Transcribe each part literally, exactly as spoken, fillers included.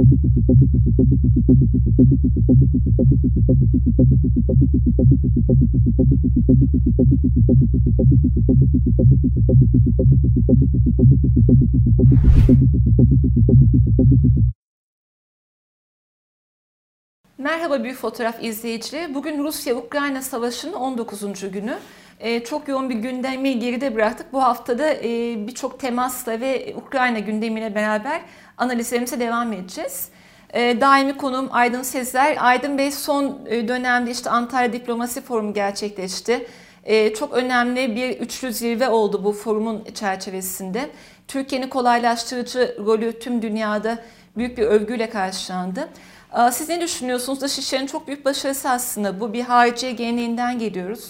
Merhaba Büyük Fotoğraf izleyicileri. Bugün Rusya-Ukrayna Savaşı'nın on dokuzuncu günü. Ee, çok yoğun bir gündemi geride bıraktık. Bu haftada e, birçok temasla ve Ukrayna gündemiyle beraber analizlerimize devam edeceğiz. E, daimi konuğum Aydın Sezer. Aydın Bey, son dönemde işte Antalya Diplomasi Forumu gerçekleşti. E, çok önemli bir üçlü zirve oldu bu forumun çerçevesinde. Türkiye'nin kolaylaştırıcı rolü tüm dünyada büyük bir övgüyle karşılandı. Siz ne düşünüyorsunuz? Dışişleri'nin çok büyük başarısı aslında. Bu bir hariciye geleneğinden geliyoruz.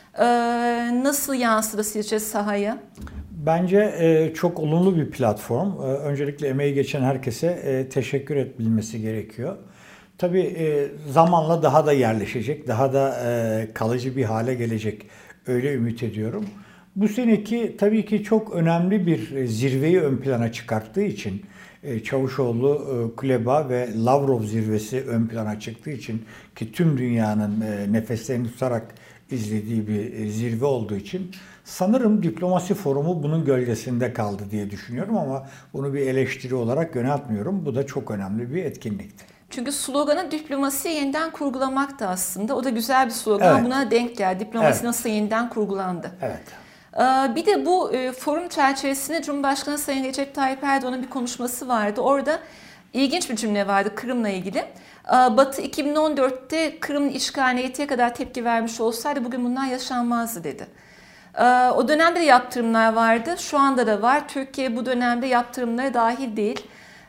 Nasıl yansıdı sizce sahaya? Bence çok olumlu bir platform. Öncelikle emeği geçen herkese teşekkür edilmesi gerekiyor. Tabii zamanla daha da yerleşecek, daha da kalıcı bir hale gelecek. Öyle ümit ediyorum. Bu seneki tabii ki çok önemli bir zirveyi ön plana çıkarttığı için, Çavuşoğlu, Kuleba ve Lavrov zirvesi ön plana çıktığı için, ki tüm dünyanın nefeslerini tutarak izlediği bir zirve olduğu için sanırım diplomasi forumu bunun gölgesinde kaldı diye düşünüyorum, ama bunu bir eleştiri olarak yöneltmiyorum. Bu da çok önemli bir etkinlikti. Çünkü sloganı diplomasiyi yeniden kurgulamak da aslında. O da güzel bir slogan. Evet. Buna denk geldi. Diplomasi evet. nasıl yeniden kurgulandı? Evet. Bir de bu forum çerçevesinde Cumhurbaşkanı Sayın Recep Tayyip Erdoğan'ın bir konuşması vardı. Orada ilginç bir cümle vardı Kırım'la ilgili. Batı iki bin on dörtte Kırım'ın işgaline yeteri kadar tepki vermiş olsaydı bugün bunlar yaşanmazdı dedi. O dönemde de yaptırımlar vardı. Şu anda da var. Türkiye bu dönemde yaptırımlara dahil değil.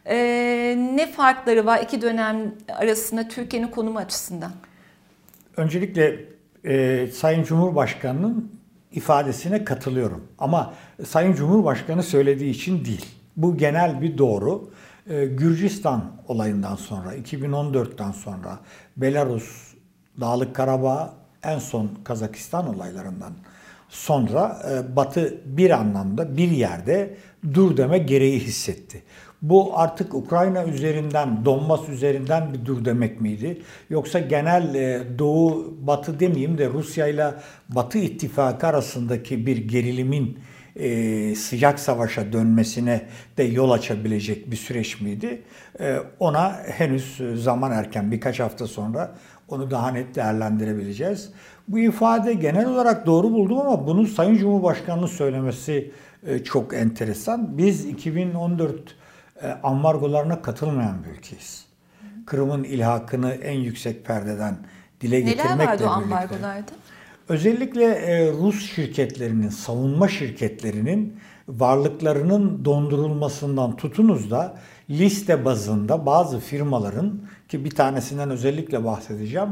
Ne farkları var iki dönem arasında Türkiye'nin konumu açısından? Öncelikle e, Sayın Cumhurbaşkanı'nın ifadesine katılıyorum. Ama Sayın Cumhurbaşkanı söylediği için değil. Bu genel bir doğru. Ee, Gürcistan olayından sonra, iki bin on dörtten sonra, Belarus, Dağlık Karabağ, en son Kazakistan olaylarından sonra e, Batı bir anlamda bir yerde dur deme gereği hissetti. Bu artık Ukrayna üzerinden, Donbas üzerinden bir dur demek miydi? Yoksa genel e, Doğu, Batı demeyeyim de Rusya ile Batı ittifakı arasındaki bir gerilimin e, sıcak savaşa dönmesine de yol açabilecek bir süreç miydi? E, ona henüz zaman erken, birkaç hafta sonra onu daha net değerlendirebileceğiz. Bu ifade genel olarak doğru buldum, ama bunu Sayın Cumhurbaşkanı'nın söylemesi e, çok enteresan. Biz iki bin on dört ambargolarına katılmayan bir ülkeyiz. Kırım'ın ilhakını en yüksek perdeden dile getirmekle birlikte. Neler vardı o ambargolarda? Özellikle Rus şirketlerinin, savunma şirketlerinin varlıklarının dondurulmasından tutunuz da liste bazında bazı firmaların, ki bir tanesinden özellikle bahsedeceğim,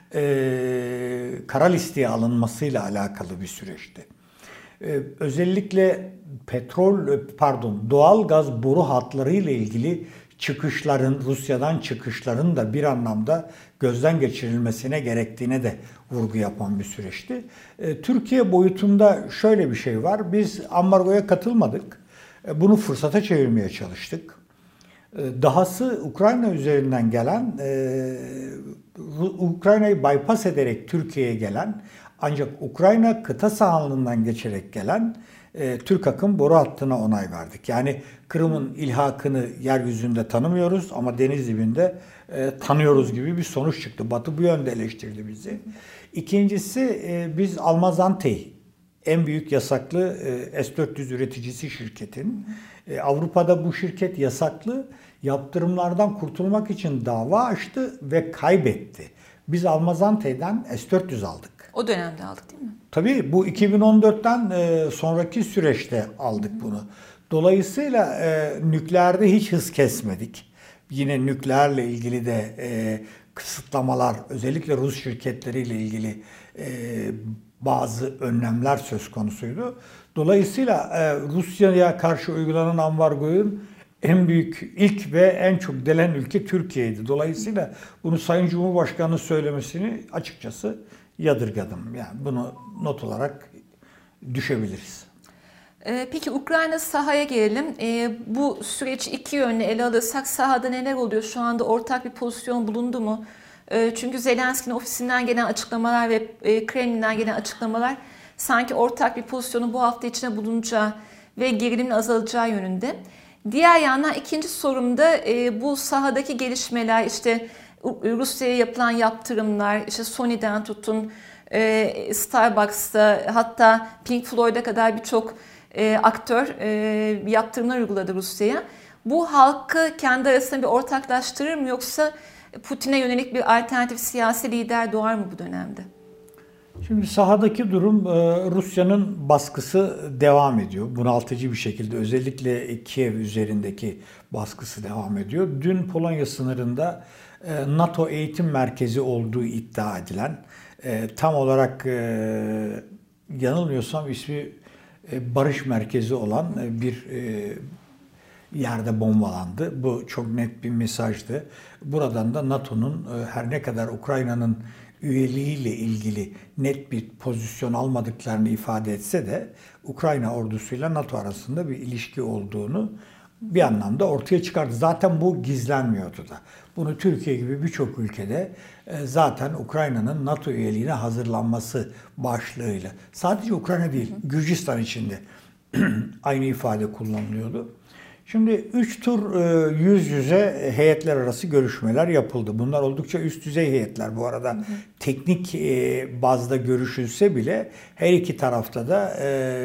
kara listeye alınmasıyla alakalı bir süreçti. Ee, özellikle petrol, pardon, doğal gaz boru hatları ile ilgili çıkışların, Rusya'dan çıkışların da bir anlamda gözden geçirilmesine gerektiğine de vurgu yapan bir süreçti. Ee, Türkiye boyutunda şöyle bir şey var. Biz ambargoya katılmadık. Ee, bunu fırsata çevirmeye çalıştık. Ee, dahası Ukrayna üzerinden gelen, e, Ukrayna'yı bypass ederek Türkiye'ye gelen, ancak Ukrayna kıta sahanlığından geçerek gelen e, Türk akım boru hattına onay verdik. Yani Kırım'ın ilhakını yeryüzünde tanımıyoruz ama deniz dibinde e, tanıyoruz gibi bir sonuç çıktı. Batı bu yönde eleştirdi bizi. İkincisi, e, biz Almaz-Antey, en büyük yasaklı e, S dört yüz üreticisi şirketin. E, Avrupa'da bu şirket yasaklı. Yaptırımlardan kurtulmak için dava açtı ve kaybetti. Biz Almaz-Antey'den S dört yüz aldık. O dönemde aldık değil mi? Tabii bu iki bin on dörtten e, sonraki süreçte aldık bunu. Dolayısıyla e, nükleerde hiç hız kesmedik. Yine nükleerle ilgili de e, kısıtlamalar, özellikle Rus şirketleriyle ilgili e, bazı önlemler söz konusuydu. Dolayısıyla e, Rusya'ya karşı uygulanan ambargonun en büyük, ilk ve en çok delen ülke Türkiye'ydi. Dolayısıyla bunu Sayın Cumhurbaşkanı'nın söylemesini açıkçası yadırgadım. Yani bunu not olarak düşebiliriz. Ee, Peki Ukrayna sahaya gelelim. Ee, bu süreç iki yönlü ele alırsak sahada neler oluyor? Şu anda ortak bir pozisyon bulundu mu? Ee, çünkü Zelenski'nin ofisinden gelen açıklamalar ve e, Kremlin'den gelen açıklamalar sanki ortak bir pozisyonun bu hafta içine bulunacağı ve gerilimin azalacağı yönünde. Diğer yandan ikinci sorumda e, bu sahadaki gelişmeler, işte Rusya'ya yapılan yaptırımlar, işte Sony'den tutun e, Starbucks'ta, hatta Pink Floyd'a kadar birçok e, aktör e, yaptırımlar uyguladı Rusya'ya. Bu halkı kendi arasında bir ortaklaştırır mı, yoksa Putin'e yönelik bir alternatif siyasi lider doğar mı bu dönemde? Şimdi sahadaki durum, Rusya'nın baskısı devam ediyor. Bunaltıcı bir şekilde, özellikle Kiev üzerindeki baskısı devam ediyor. Dün Polonya sınırında NATO eğitim merkezi olduğu iddia edilen, tam olarak yanılmıyorsam ismi Barış Merkezi olan bir yerde bombalandı. Bu çok net bir mesajdı. Buradan da NATO'nun her ne kadar Ukrayna'nın üyeliğiyle ilgili net bir pozisyon almadıklarını ifade etse de Ukrayna ordusuyla NATO arasında bir ilişki olduğunu bir anlamda ortaya çıkardı. Zaten bu gizlenmiyordu da. Bunu Türkiye gibi birçok ülkede zaten Ukrayna'nın NATO üyeliğine hazırlanması başlığıyla, sadece Ukrayna değil, Gürcistan içinde aynı ifade kullanılıyordu. Şimdi üç tur yüz yüze heyetler arası görüşmeler yapıldı. Bunlar oldukça üst düzey heyetler bu arada. Hı hı. Teknik bazda görüşülse bile her iki tarafta da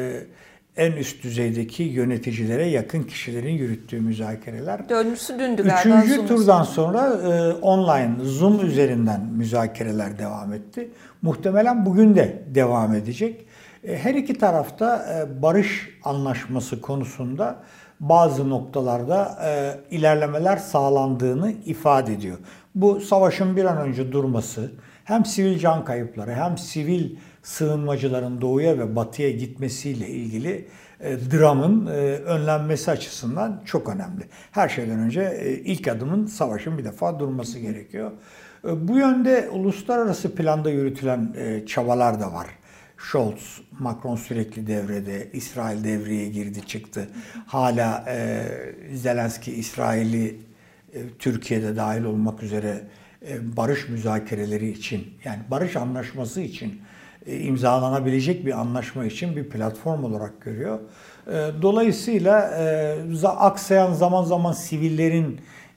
en üst düzeydeki yöneticilere yakın kişilerin yürüttüğü müzakereler. Dördüncüsü dündü galiba. Üçüncü turdan sonra online, Zoom üzerinden müzakereler devam etti. Muhtemelen bugün de devam edecek. Her iki tarafta barış anlaşması konusunda bazı noktalarda e, ilerlemeler sağlandığını ifade ediyor. Bu savaşın bir an önce durması, hem sivil can kayıpları hem sivil sığınmacıların doğuya ve batıya gitmesiyle ilgili e, dramın e, önlenmesi açısından çok önemli. Her şeyden önce e, ilk adımın savaşın bir defa durması gerekiyor. E, bu yönde uluslararası planda yürütülen e, çabalar da var. Scholz, Macron sürekli devrede, İsrail devreye girdi çıktı. Hala e, Zelenski, İsrail'i e, Türkiye'de dahil olmak üzere e, barış müzakereleri için, yani barış anlaşması için, e, imzalanabilecek bir anlaşma için bir platform olarak görüyor. E, dolayısıyla e, aksayan zaman zaman sivillerin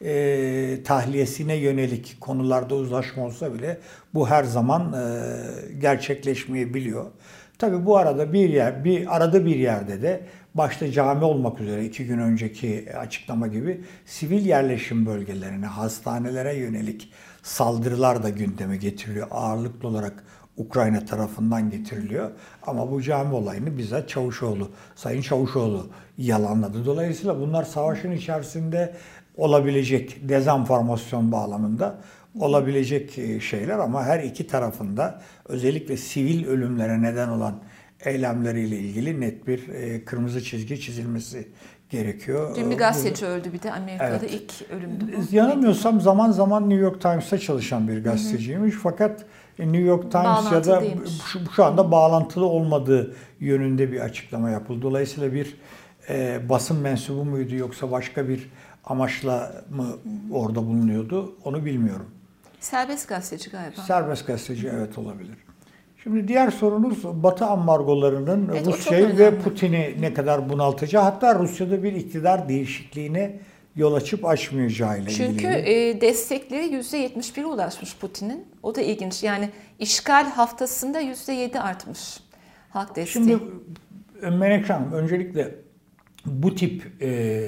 E, tahliyesine yönelik konularda uzlaşma olsa bile bu her zaman e, gerçekleşmeyebiliyor. Tabii bu arada bir yer, bir arada bir yerde de başta cami olmak üzere iki gün önceki açıklama gibi sivil yerleşim bölgelerine, hastanelere yönelik saldırılar da gündeme getiriliyor. Ağırlıklı olarak Ukrayna tarafından getiriliyor. Ama bu cami olayını bizzat Çavuşoğlu, Sayın Çavuşoğlu yalanladı. Dolayısıyla bunlar savaşın içerisinde olabilecek, dezenformasyon bağlamında olabilecek şeyler, ama her iki tarafında özellikle sivil ölümlere neden olan eylemleriyle ilgili net bir kırmızı çizgi çizilmesi gerekiyor. Dün bir gazeteci öldü, bir de Amerika'da evet. ilk ölümdü bu. Yanılmıyorsam zaman zaman New York Times'ta çalışan bir gazeteciymiş. Hı hı. Fakat New York Times ya da şu, şu anda bağlantılı olmadığı yönünde bir açıklama yapıldı. Dolayısıyla bir e, basın mensubu muydu yoksa başka bir amaçla mı orada bulunuyordu onu bilmiyorum. Serbest gazeteci galiba. Serbest gazeteci, evet, olabilir. Şimdi diğer sorunuz Batı ambargolarının evet, Rusya'yı ve Putin'i ne kadar bunaltacağı, hatta Rusya'da bir iktidar değişikliğine yol açıp açmayacağı ile ilgili. Çünkü e, destekleri yüzde yetmiş bire ulaşmış Putin'in. O da ilginç. Yani işgal haftasında yüzde yedi artmış halk desteği. Şimdi Menekşe Hanım, öncelikle bu tip e,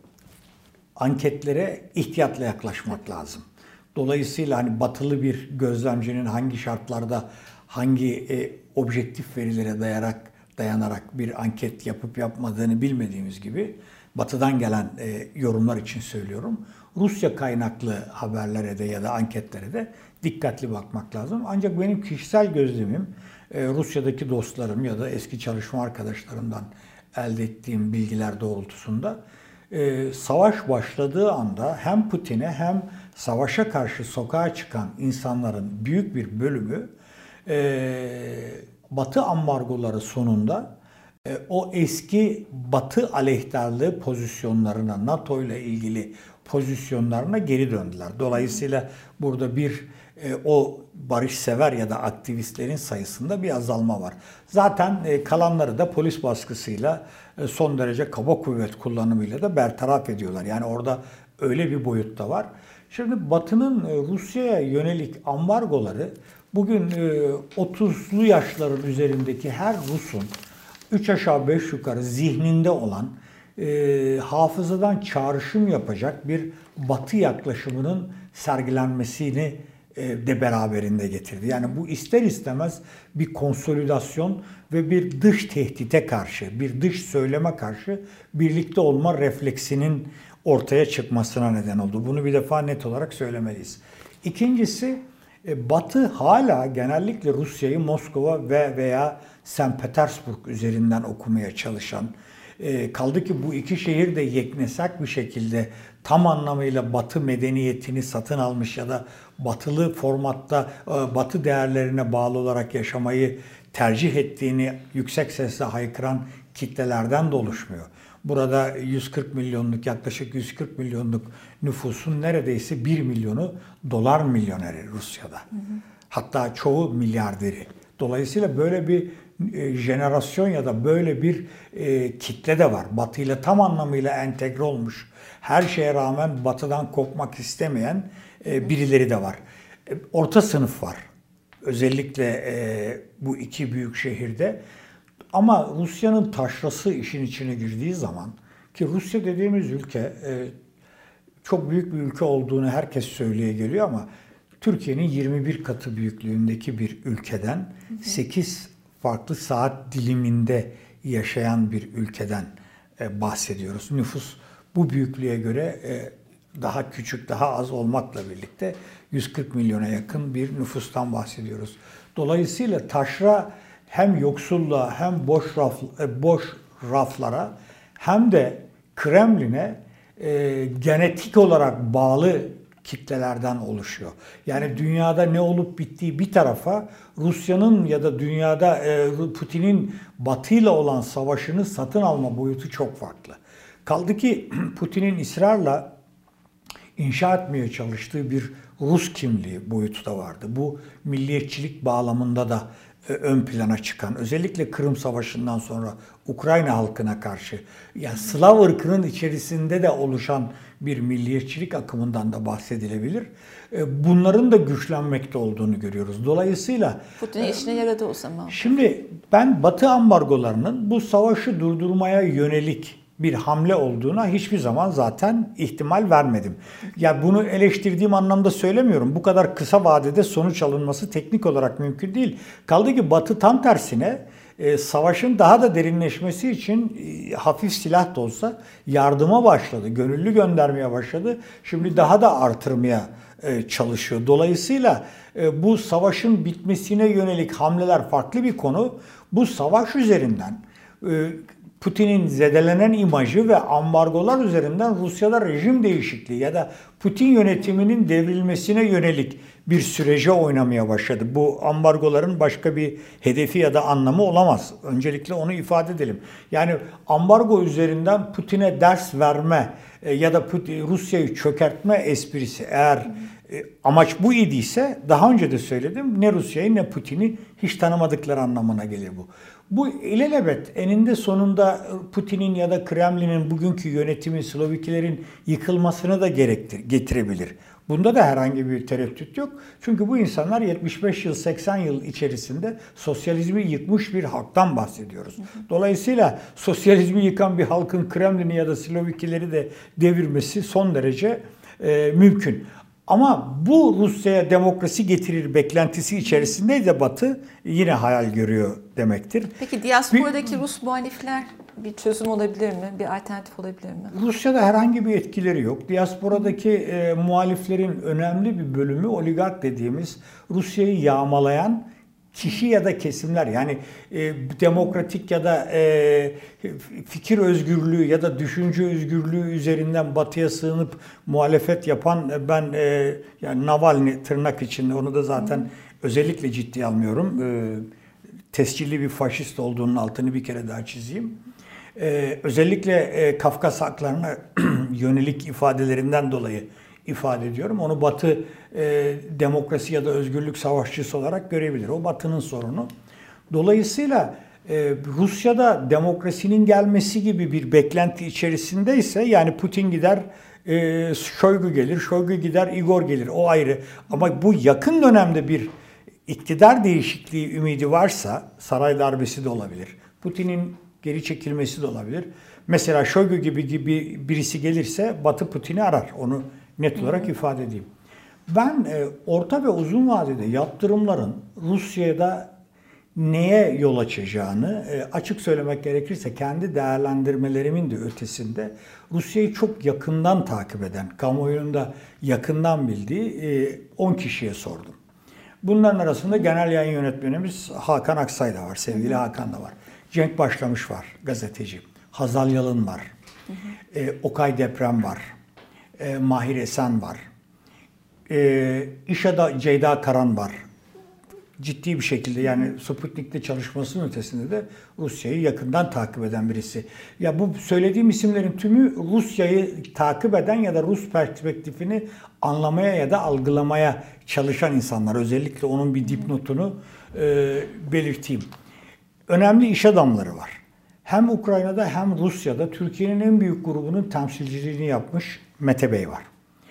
anketlere ihtiyatla yaklaşmak lazım. Dolayısıyla hani batılı bir gözlemcinin hangi şartlarda, hangi e, objektif verilere dayarak dayanarak bir anket yapıp yapmadığını bilmediğimiz gibi, batıdan gelen e, yorumlar için söylüyorum, Rusya kaynaklı haberlere de ya da anketlere de dikkatli bakmak lazım. Ancak benim kişisel gözlemim, e, Rusya'daki dostlarım ya da eski çalışma arkadaşlarımdan elde ettiğim bilgiler doğrultusunda, Ee, savaş başladığı anda hem Putin'e hem savaşa karşı sokağa çıkan insanların büyük bir bölümü e, Batı ambargoları sonunda o eski Batı aleyhtarlığı pozisyonlarına, NATO ile ilgili pozisyonlarına geri döndüler. Dolayısıyla burada bir e, o barışsever ya da aktivistlerin sayısında bir azalma var. Zaten e, kalanları da polis baskısıyla e, son derece kaba kuvvet kullanımıyla da bertaraf ediyorlar. Yani orada öyle bir boyut da var. Şimdi Batı'nın e, Rusya'ya yönelik ambargoları bugün e, otuzlu yaşların üzerindeki her Rus'un üç aşağı beş yukarı zihninde olan e, hafızadan çağrışım yapacak bir Batı yaklaşımının sergilenmesini e, de beraberinde getirdi. Yani bu ister istemez bir konsolidasyon ve bir dış tehdite karşı, bir dış söyleme karşı birlikte olma refleksinin ortaya çıkmasına neden oldu. Bunu bir defa net olarak söylemeliyiz. İkincisi, Batı hala genellikle Rusya'yı Moskova ve veya Sankt Petersburg üzerinden okumaya çalışan, e, kaldı ki bu iki şehir de yeknesak bir şekilde tam anlamıyla Batı medeniyetini satın almış ya da batılı formatta e, Batı değerlerine bağlı olarak yaşamayı tercih ettiğini yüksek sesle haykıran kitlelerden de oluşmuyor. Burada yüz kırk milyonluk, yaklaşık yüz kırk milyonluk nüfusun neredeyse bir milyonu dolar milyoneri Rusya'da. Hı hı. Hatta çoğu milyarderi. Dolayısıyla böyle bir e, jenerasyon ya da böyle bir e, kitle de var. Batı ile tam anlamıyla entegre olmuş, her şeye rağmen Batı'dan kopmak istemeyen e, birileri de var. E, orta sınıf var. Özellikle e, bu iki büyük şehirde. Ama Rusya'nın taşrası işin içine girdiği zaman, ki Rusya dediğimiz ülke e, çok büyük bir ülke olduğunu herkes söyleye geliyor ama Türkiye'nin yirmi bir katı büyüklüğündeki bir ülkeden, sekiz farklı saat diliminde yaşayan bir ülkeden e, bahsediyoruz. Nüfus bu büyüklüğe göre e, daha küçük, daha az olmakla birlikte yüz kırk milyona yakın bir nüfustan bahsediyoruz. Dolayısıyla taşra hem yoksulluğa hem boş raf, boş raflara hem de Kremlin'e e, genetik olarak bağlı kitlelerden oluşuyor. Yani dünyada ne olup bittiği bir tarafa, Rusya'nın ya da dünyada e, Putin'in Batı'yla olan savaşını satın alma boyutu çok farklı. Kaldı ki Putin'in ısrarla inşa etmeye çalıştığı bir Rus kimliği boyutu da vardı. Bu milliyetçilik bağlamında da ön plana çıkan, özellikle Kırım Savaşı'ndan sonra Ukrayna halkına karşı, yani Slav ırkının içerisinde de oluşan bir milliyetçilik akımından da bahsedilebilir. Bunların da güçlenmekte olduğunu görüyoruz. Dolayısıyla Putin'in işine yaradı o zaman. Şimdi ben Batı ambargolarının bu savaşı durdurmaya yönelik bir hamle olduğuna hiçbir zaman zaten ihtimal vermedim. Ya bunu eleştirdiğim anlamda söylemiyorum. Bu kadar kısa vadede sonuç alınması teknik olarak mümkün değil. Kaldı ki Batı tam tersine e, savaşın daha da derinleşmesi için e, hafif silah da olsa yardıma başladı. Gönüllü göndermeye başladı. Şimdi daha da artırmaya e, çalışıyor. Dolayısıyla e, bu savaşın bitmesine yönelik hamleler farklı bir konu. Bu savaş üzerinden e, Putin'in zedelenen imajı ve ambargolar üzerinden Rusya'da rejim değişikliği ya da Putin yönetiminin devrilmesine yönelik bir sürece oynamaya başladı. Bu ambargoların başka bir hedefi ya da anlamı olamaz. Öncelikle onu ifade edelim. Yani ambargo üzerinden Putin'e ders verme ya da Rusya'yı çökertme esprisi eğer amaç bu idiyse, daha önce de söyledim, ne Rusya'yı ne Putin'i hiç tanımadıkları anlamına gelir bu. Bu ilelebet eninde sonunda Putin'in ya da Kremlin'in bugünkü yönetimi Slovikilerin yıkılmasını da gerektir, getirebilir. Bunda da herhangi bir tereddüt yok. Çünkü bu insanlar yetmiş beş yıl, seksen yıl içerisinde sosyalizmi yıkmış bir halktan bahsediyoruz. Dolayısıyla sosyalizmi yıkan bir halkın Kremlin'i ya da Slovikileri de devirmesi son derece e, mümkün. Ama bu Rusya'ya demokrasi getirir beklentisi içerisinde de Batı yine hayal görüyor demektir. Peki diasporadaki bir, Rus muhalifler bir çözüm olabilir mi? Bir alternatif olabilir mi? Rusya'da herhangi bir etkileri yok. Diasporadaki e, muhaliflerin önemli bir bölümü oligark dediğimiz Rusya'yı yağmalayan kişi ya da kesimler, yani e, demokratik ya da e, fikir özgürlüğü ya da düşünce özgürlüğü üzerinden Batı'ya sığınıp muhalefet yapan, ben e, yani Navalny tırnak içinde, onu da zaten Hı. özellikle ciddiye almıyorum. E, tescilli bir faşist olduğunun altını bir kere daha çizeyim. Ee, özellikle e, Kafkas haklarına yönelik ifadelerinden dolayı ifade ediyorum. Onu Batı e, demokrasi ya da özgürlük savaşçısı olarak görebilir. O Batı'nın sorunu. Dolayısıyla e, Rusya'da demokrasinin gelmesi gibi bir beklenti içerisindeyse, yani Putin gider, e, Shoigu gelir, Shoigu gider, Igor gelir, o ayrı. Ama bu yakın dönemde bir iktidar değişikliği ümidi varsa, saray darbesi de olabilir, Putin'in geri çekilmesi de olabilir. Mesela Shoigu gibi gibi birisi gelirse Batı Putin'i arar. Onu net olarak hı hı. ifade edeyim. Ben e, orta ve uzun vadede yaptırımların Rusya'da neye yol açacağını e, açık söylemek gerekirse kendi değerlendirmelerimin de ötesinde Rusya'yı çok yakından takip eden, kamuoyunun da yakından bildiği e, on kişiye sordum. Bunların arasında genel yayın yönetmenimiz Hakan Aksay da var, sevgili hı hı. Hakan da var. Cenk Başlamış var, gazeteci. Hazal Yalın var. Hı hı. E, Okay Deprem var. E, Mahir Esen var. E, İşa'da Ceyda Karan var. Ciddi bir şekilde, yani Sputnik'te çalışmasının ötesinde de Rusya'yı yakından takip eden birisi. Ya bu söylediğim isimlerin tümü Rusya'yı takip eden ya da Rus perspektifini anlamaya ya da algılamaya çalışan insanlar. Özellikle onun bir dipnotunu e, belirteyim. Önemli iş adamları var. Hem Ukrayna'da hem Rusya'da Türkiye'nin en büyük grubunun temsilciliğini yapmış Mete Bey var.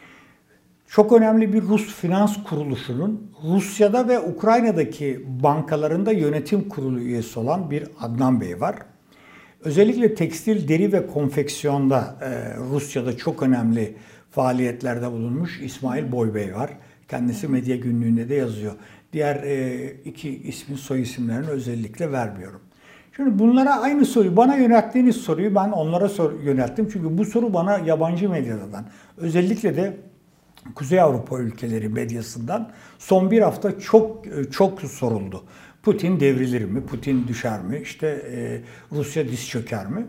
Çok önemli bir Rus finans kuruluşunun Rusya'da ve Ukrayna'daki bankalarında yönetim kurulu üyesi olan bir Adnan Bey var. Özellikle tekstil, deri ve konfeksiyonda e, Rusya'da çok önemli faaliyetlerde bulunmuş İsmail Boy Bey var. Kendisi Medya Günlüğü'nde de yazıyor. Diğer e, iki ismin soy isimlerini özellikle vermiyorum. Şimdi bunlara aynı soruyu, bana yönelttiğiniz soruyu ben onlara sor, yönelttim. Çünkü bu soru bana yabancı medyadan, özellikle de Kuzey Avrupa ülkeleri medyasından son bir hafta çok çok soruldu. Putin devrilir mi? Putin düşer mi? İşte e, Rusya diz çöker mi?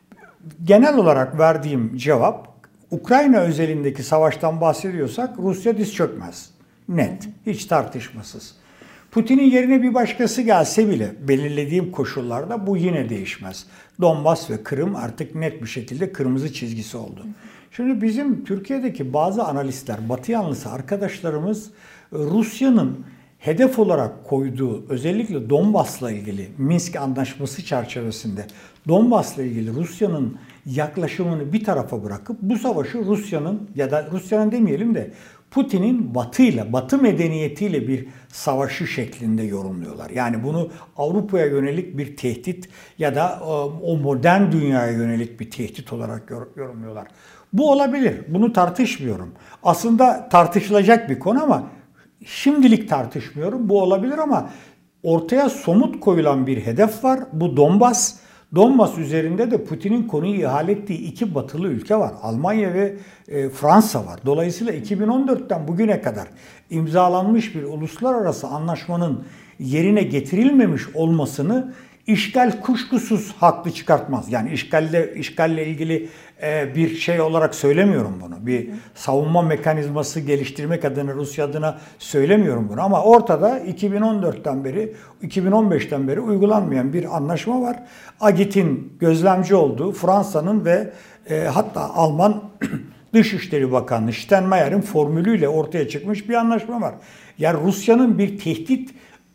Genel olarak verdiğim cevap, Ukrayna özelindeki savaştan bahsediyorsak Rusya diz çökmez. Net, hiç tartışmasız. Putin'in yerine bir başkası gelse bile belirlediğim koşullarda bu yine değişmez. Donbas ve Kırım artık net bir şekilde kırmızı çizgisi oldu. Şimdi bizim Türkiye'deki bazı analistler, Batı yanlısı arkadaşlarımız Rusya'nın hedef olarak koyduğu, özellikle Donbas'la ilgili Minsk Anlaşması çerçevesinde Donbas'la ilgili Rusya'nın yaklaşımını bir tarafa bırakıp bu savaşı Rusya'nın ya da Rusya'nın demeyelim de Putin'in Batı'yla, Batı medeniyetiyle bir savaşı şeklinde yorumluyorlar. Yani bunu Avrupa'ya yönelik bir tehdit ya da o modern dünyaya yönelik bir tehdit olarak yorumluyorlar. Bu olabilir. Bunu tartışmıyorum. Aslında tartışılacak bir konu ama şimdilik tartışmıyorum. Bu olabilir ama ortaya somut koyulan bir hedef var. Bu Donbas. Donbas üzerinde de Putin'in konuyu ihale ettiği iki batılı ülke var. Almanya ve e, Fransa var. Dolayısıyla iki bin on dörtten bugüne kadar imzalanmış bir uluslararası anlaşmanın yerine getirilmemiş olmasını işgal kuşkusuz haklı çıkartmaz. Yani işgalle işgalle ilgili e, bir şey olarak söylemiyorum bunu. Bir savunma mekanizması geliştirmek adına, Rusya adına söylemiyorum bunu. Ama ortada iki bin on dörtten beri, iki bin on beşten beri uygulanmayan bir anlaşma var. Agit'in gözlemci olduğu, Fransa'nın ve e, hatta Alman Dışişleri Bakanı Steinmeier'in formülüyle ortaya çıkmış bir anlaşma var. Yani Rusya'nın bir tehdit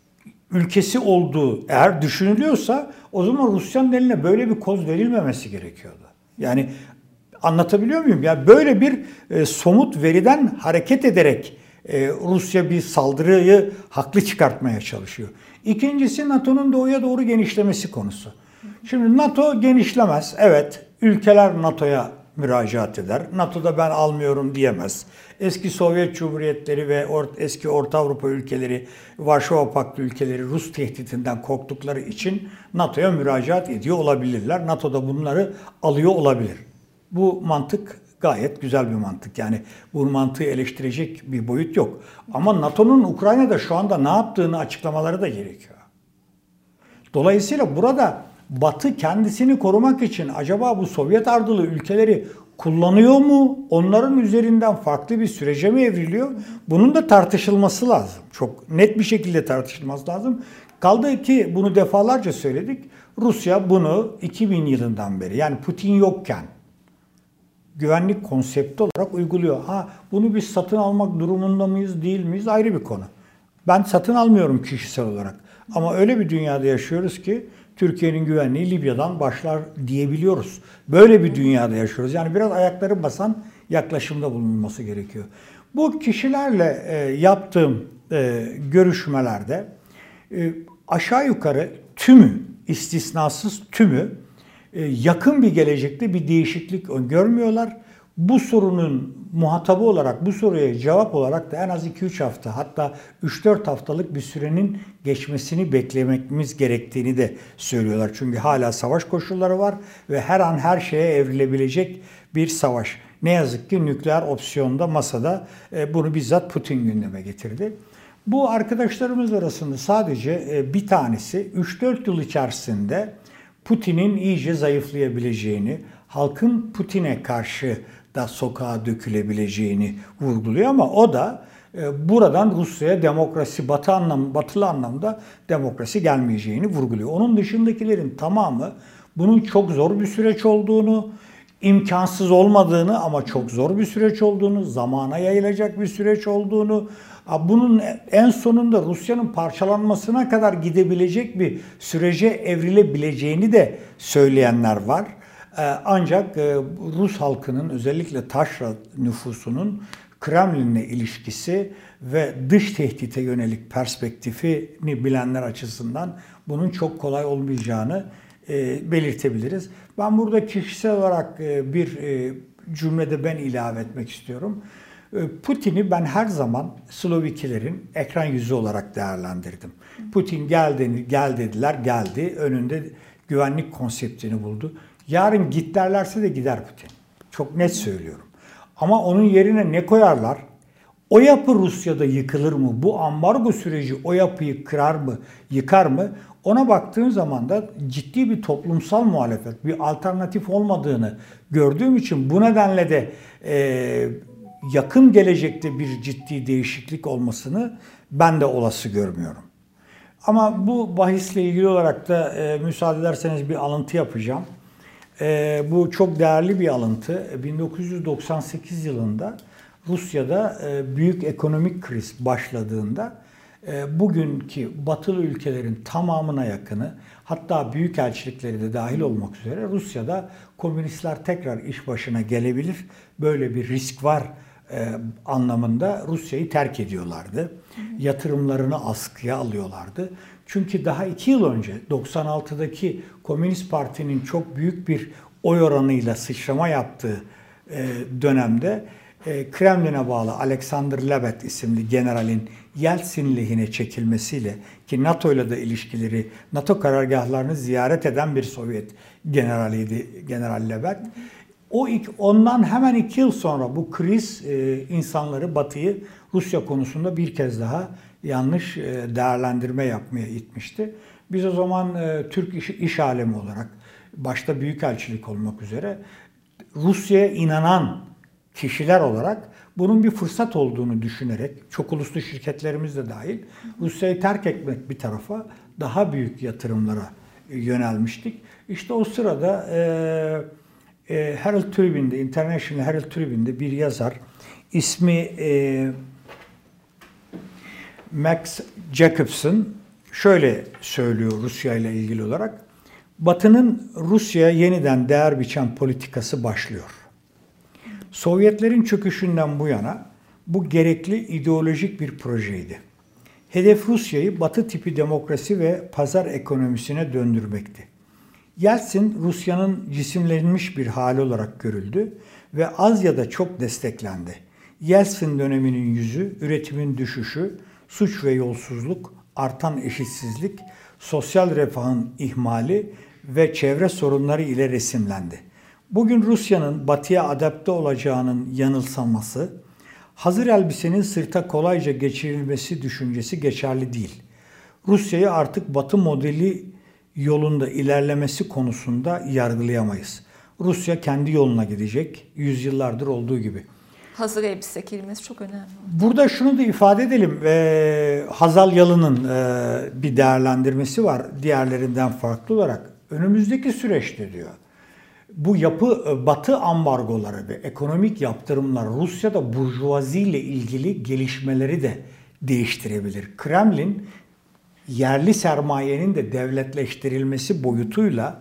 ülkesi olduğu eğer düşünülüyorsa o zaman Rusya'nın eline böyle bir koz verilmemesi gerekiyordu. Yani anlatabiliyor muyum? Yani böyle bir e, somut veriden hareket ederek e, Rusya bir saldırıyı haklı çıkartmaya çalışıyor. İkincisi NATO'nun doğuya doğru genişlemesi konusu. Şimdi NATO genişlemez. Evet, ülkeler NATO'ya müracaat eder. NATO'da ben almıyorum diyemez. Eski Sovyet Cumhuriyetleri ve or eski Orta Avrupa ülkeleri, Varşova Paktı ülkeleri Rus tehditinden korktukları için NATO'ya müracaat ediyor olabilirler. NATO da bunları alıyor olabilir. Bu mantık gayet güzel bir mantık. Yani bu mantığı eleştirecek bir boyut yok. Ama NATO'nun Ukrayna'da şu anda ne yaptığını açıklamaları da gerekiyor. Dolayısıyla burada Batı kendisini korumak için acaba bu Sovyet ardılı ülkeleri kullanıyor mu? Onların üzerinden farklı bir sürece mi evriliyor? Bunun da tartışılması lazım. Çok net bir şekilde tartışılması lazım. Kaldı ki bunu defalarca söyledik. Rusya bunu iki bin yılından beri, yani Putin yokken, güvenlik konsepti olarak uyguluyor. Ha, bunu biz satın almak durumunda mıyız, değil miyiz, ayrı bir konu. Ben satın almıyorum kişisel olarak. Ama öyle bir dünyada yaşıyoruz ki Türkiye'nin güvenliği Libya'dan başlar diyebiliyoruz. Böyle bir dünyada yaşıyoruz. Yani biraz ayakları basan yaklaşımda bulunması gerekiyor. Bu kişilerle e, yaptığım e, görüşmelerde e, aşağı yukarı tümü, istisnasız tümü e, yakın bir gelecekte bir değişiklik görmüyorlar. Bu sorunun muhatabı olarak, bu soruya cevap olarak da en az iki üç hafta, hatta üç dört haftalık bir sürenin geçmesini beklememiz gerektiğini de söylüyorlar. Çünkü hala savaş koşulları var ve her an her şeye evrilebilecek bir savaş. Ne yazık ki nükleer opsiyonda masada, bunu bizzat Putin gündeme getirdi. Bu arkadaşlarımız arasında sadece bir tanesi üç dört yıl içerisinde Putin'in iyice zayıflayabileceğini, halkın Putin'e karşı da sokağa dökülebileceğini vurguluyor, ama o da e, buradan Rusya'ya demokrasi, batı anlam, batılı anlamda demokrasi gelmeyeceğini vurguluyor. Onun dışındakilerin tamamı bunun çok zor bir süreç olduğunu, imkansız olmadığını ama çok zor bir süreç olduğunu, zamana yayılacak bir süreç olduğunu, bunun en sonunda Rusya'nın parçalanmasına kadar gidebilecek bir sürece evrilebileceğini de söyleyenler var. Ancak Rus halkının, özellikle taşra nüfusunun Kremlin'le ilişkisi ve dış tehdite yönelik perspektifini bilenler açısından bunun çok kolay olmayacağını belirtebiliriz. Ben burada kişisel olarak bir cümlede ben ilave etmek istiyorum. Putin'i ben her zaman Slovikilerin ekran yüzü olarak değerlendirdim. Putin geldi, gel dediler, geldi. Önünde güvenlik konseptini buldu. Yarın git derlerse de gider Putin. Çok net söylüyorum. Ama onun yerine ne koyarlar? O yapı Rusya'da yıkılır mı? Bu ambargo süreci o yapıyı kırar mı, yıkar mı? Ona baktığım zaman da ciddi bir toplumsal muhalefet, bir alternatif olmadığını gördüğüm için bu nedenle de e, yakın gelecekte bir ciddi değişiklik olmasını ben de olası görmüyorum. Ama bu bahisle ilgili olarak da e, müsaade ederseniz bir alıntı yapacağım. E, bu çok değerli bir alıntı. bin dokuz yüz doksan sekiz yılında Rusya'da e, büyük ekonomik kriz başladığında e, bugünkü batılı ülkelerin tamamına yakını, hatta büyükelçilikleri de dahil olmak üzere Rusya'da komünistler tekrar iş başına gelebilir, böyle bir risk var e, anlamında Rusya'yı terk ediyorlardı. Yatırımlarını askıya alıyorlardı. Çünkü daha iki yıl önce doksan altıdaki Komünist Parti'nin çok büyük bir oy oranıyla sıçrama yaptığı e, dönemde e, Kremlin'e bağlı Alexander Lebed isimli generalin Yeltsin lehine çekilmesiyle, ki NATO ile de ilişkileri, NATO karargahlarını ziyaret eden bir Sovyet generaliydi General Lebed. O ilk, ondan hemen iki yıl sonra bu kriz e, insanları, Batı'yı Rusya konusunda bir kez daha yanlış e, değerlendirme yapmaya itmişti. Biz o zaman e, Türk iş, iş alemi olarak, başta büyükelçilik olmak üzere, Rusya'ya inanan kişiler olarak bunun bir fırsat olduğunu düşünerek, çok uluslu şirketlerimiz de dahil, Rusya'yı terk etmek bir tarafa, daha büyük yatırımlara yönelmiştik. İşte o sırada e, e, Herald Tribune'de, International Herald Tribune'de bir yazar, ismi e, Max Jacobson, şöyle söylüyor Rusya ile ilgili olarak: Batı'nın Rusya'ya yeniden değer biçen politikası başlıyor. Sovyetlerin çöküşünden bu yana bu gerekli ideolojik bir projeydi. Hedef Rusya'yı Batı tipi demokrasi ve pazar ekonomisine döndürmekti. Yeltsin, Rusya'nın cisimlenmiş bir hali olarak görüldü ve az ya da çok desteklendi. Yeltsin döneminin yüzü, üretimin düşüşü, suç ve yolsuzluk, artan eşitsizlik, sosyal refahın ihmali ve çevre sorunları ile resimlendi. Bugün Rusya'nın Batı'ya adapte olacağının yanılsaması, hazır elbisenin sırta kolayca geçirilmesi düşüncesi geçerli değil. Rusya'yı artık Batı modeli yolunda ilerlemesi konusunda yargılayamayız. Rusya kendi yoluna gidecek, yüzyıllardır olduğu gibi. Hazır elbise kelimesi çok önemli. Burada şunu da ifade edelim. E, Hazal Yalın'ın e, bir değerlendirmesi var diğerlerinden farklı olarak. Önümüzdeki süreçte diyor, bu yapı Batı ambargoları ve ekonomik yaptırımlar Rusya'da burjuvazi ile ilgili gelişmeleri de değiştirebilir. Kremlin yerli sermayenin de devletleştirilmesi boyutuyla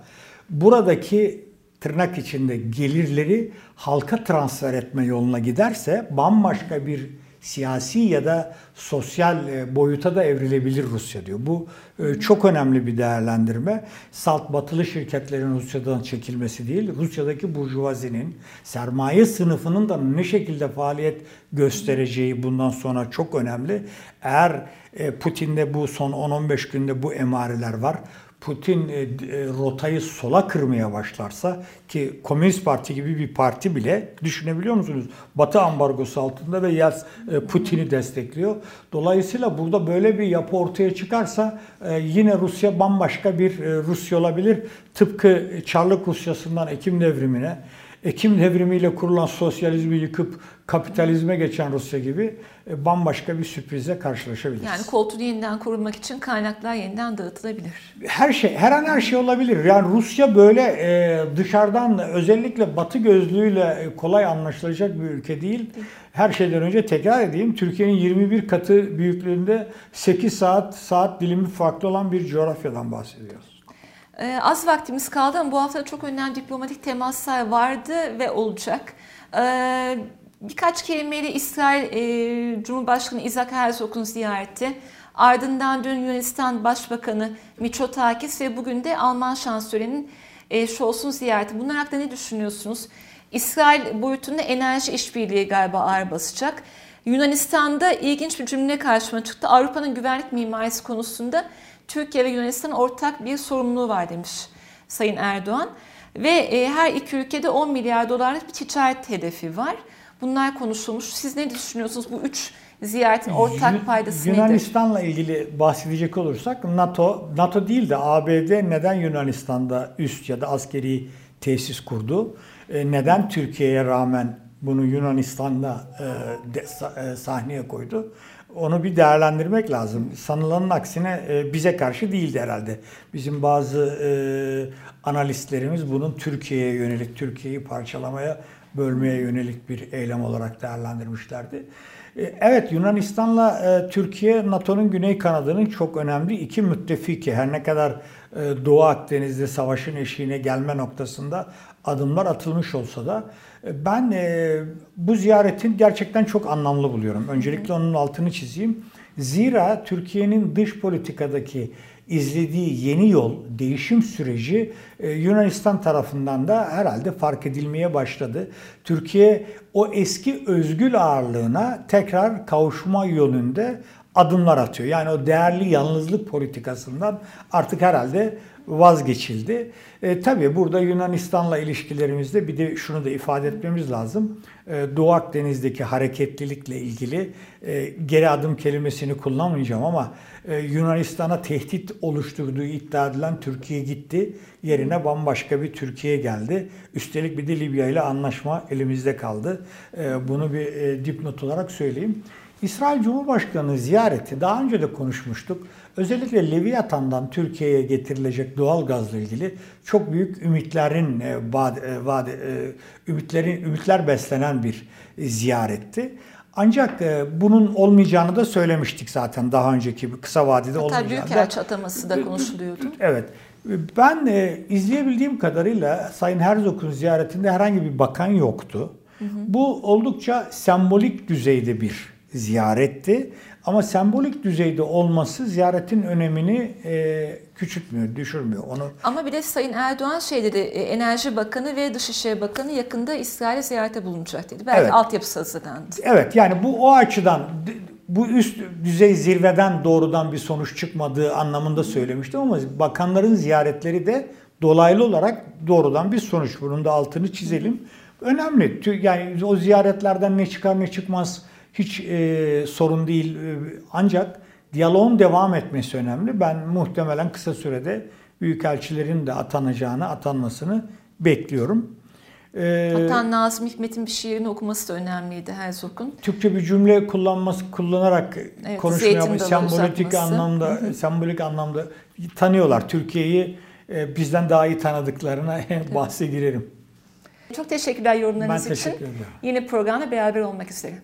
buradaki tırnak içinde gelirleri halka transfer etme yoluna giderse bambaşka bir siyasi ya da sosyal boyuta da evrilebilir Rusya diyor. Bu çok önemli bir değerlendirme. Salt batılı şirketlerin Rusya'dan çekilmesi değil, Rusya'daki burjuvazinin, sermaye sınıfının da ne şekilde faaliyet göstereceği bundan sonra çok önemli. Eğer Putin'de bu son on on beş günde bu emareler var. Putin e, rotayı sola kırmaya başlarsa, ki Komünist Parti gibi bir parti bile, düşünebiliyor musunuz? Batı ambargosu altında ve Yeltsin e, Putin'i destekliyor. Dolayısıyla burada böyle bir yapı ortaya çıkarsa e, yine Rusya bambaşka bir e, Rusya olabilir. Tıpkı Çarlık Rusyası'ndan Ekim devrimine, Ekim devrimiyle kurulan sosyalizmi yıkıp kapitalizme geçen Rusya gibi bambaşka bir sürprizle karşılaşabiliriz. Yani koltuğu yeniden kurulmak için kaynaklar yeniden dağıtılabilir. Her şey, her an her şey olabilir. Yani Rusya böyle e, dışarıdan özellikle Batı gözlüğüyle kolay anlaşılacak bir ülke değil. değil. Her şeyden önce tekrar edeyim, Türkiye'nin yirmi bir katı büyüklüğünde sekiz saat saat dilimi farklı olan bir coğrafyadan bahsediyoruz. Ee, az vaktimiz kaldı ama bu hafta çok önemli diplomatik temaslar vardı ve olacak. Ee, birkaç kelimeyle İsrail e, Cumhurbaşkanı Isaac Herzog'un ziyareti, ardından dün Yunanistan Başbakanı Mitsotakis ve bugün de Alman Şansölye'nin e, Scholz'un ziyareti. Bunlar hakkında ne düşünüyorsunuz? İsrail boyutunda enerji işbirliği galiba ağır basacak. Yunanistan'da ilginç bir cümle karşıma çıktı. Avrupa'nın güvenlik mimarisi konusunda Türkiye ve Yunanistan ortak bir sorumluluğu var demiş Sayın Erdoğan. Ve e, her iki ülkede on milyar dolarlık bir ticaret hedefi var. Bunlar konuşulmuş. Siz ne düşünüyorsunuz? Bu üç ziyaretin ortak paydası nedir? Yunanistan'la ilgili bahsedecek olursak NATO, NATO değil de A B D neden Yunanistan'da üst ya da askeri tesis kurdu? E, neden Türkiye'ye rağmen bunu Yunanistan'da e, de, e, sahneye koydu? Onu bir değerlendirmek lazım. Sanılanın aksine e, bize karşı değildi herhalde. Bizim bazı e, analistlerimiz bunun Türkiye'ye yönelik, Türkiye'yi parçalamaya, bölmeye yönelik bir eylem olarak değerlendirmişlerdi. E, evet, Yunanistan'la e, Türkiye, NATO'nun güney kanadının çok önemli iki müttefiki. Her ne kadar e, Doğu Akdeniz'de savaşın eşiğine gelme noktasında adımlar atılmış olsa da ben e, bu ziyaretin gerçekten çok anlamlı buluyorum. Öncelikle onun altını çizeyim. Zira Türkiye'nin dış politikadaki izlediği yeni yol, değişim süreci e, Yunanistan tarafından da herhalde fark edilmeye başladı. Türkiye o eski özgül ağırlığına tekrar kavuşma yönünde adımlar atıyor. Yani o değerli yalnızlık politikasından artık herhalde vazgeçildi. E, tabii burada Yunanistan'la ilişkilerimizde bir de şunu da ifade etmemiz lazım. E, Doğu Akdeniz'deki hareketlilikle ilgili e, geri adım kelimesini kullanmayacağım ama e, Yunanistan'a tehdit oluşturduğu iddia edilen Türkiye gitti. Yerine bambaşka bir Türkiye geldi. Üstelik bir de Libya ile anlaşma elimizde kaldı. E, bunu bir e, dipnot olarak söyleyeyim. İsrail Cumhurbaşkanı ziyareti, daha önce de konuşmuştuk. Özellikle Leviathan'dan Türkiye'ye getirilecek doğal gazla ilgili çok büyük ümitlerin vade, vade, ümitlerin ümitler beslenen bir ziyaretti. Ancak bunun olmayacağını da söylemiştik zaten daha önceki kısa vadede olmayacağını. Hatta büyükelçi ataması da konuşuluyordu. Evet. Ben izleyebildiğim kadarıyla Sayın Herzog'un ziyaretinde herhangi bir bakan yoktu. Hı hı. Bu oldukça sembolik düzeyde bir ziyaretti. Ama sembolik düzeyde olması ziyaretin önemini e, küçültmüyor, düşürmüyor. Onu. Ama bir de Sayın Erdoğan şey dedi, Enerji Bakanı ve Dışişleri Bakanı yakında İsrail'e ziyarete bulunacak dedi. Belki evet. Altyapısı hazırlandı. Evet, yani bu o açıdan bu üst düzey zirveden doğrudan bir sonuç çıkmadığı anlamında söylemiştim ama bakanların ziyaretleri de dolaylı olarak doğrudan bir sonuç. Bunun da altını çizelim. Önemli. Yani o ziyaretlerden ne çıkar ne çıkmaz hiç e, sorun değil. Ancak diyaloğun devam etmesi önemli. Ben muhtemelen kısa sürede büyükelçilerin de atanacağını, atanmasını bekliyorum. E, Hatta Nazım Hikmet'in bir şiirini okuması da önemliydi Herzog'un. Türkçe bir cümle kullanması kullanarak Evet, konuşmaya zeytin dalı sembolik uzatması. anlamda Hı hı. sembolik anlamda tanıyorlar. Türkiye'yi e, bizden daha iyi tanıdıklarına bahse girerim. Çok teşekkürler yorumlarınız Ben için. teşekkür ederim. Yeni programda beraber olmak üzere.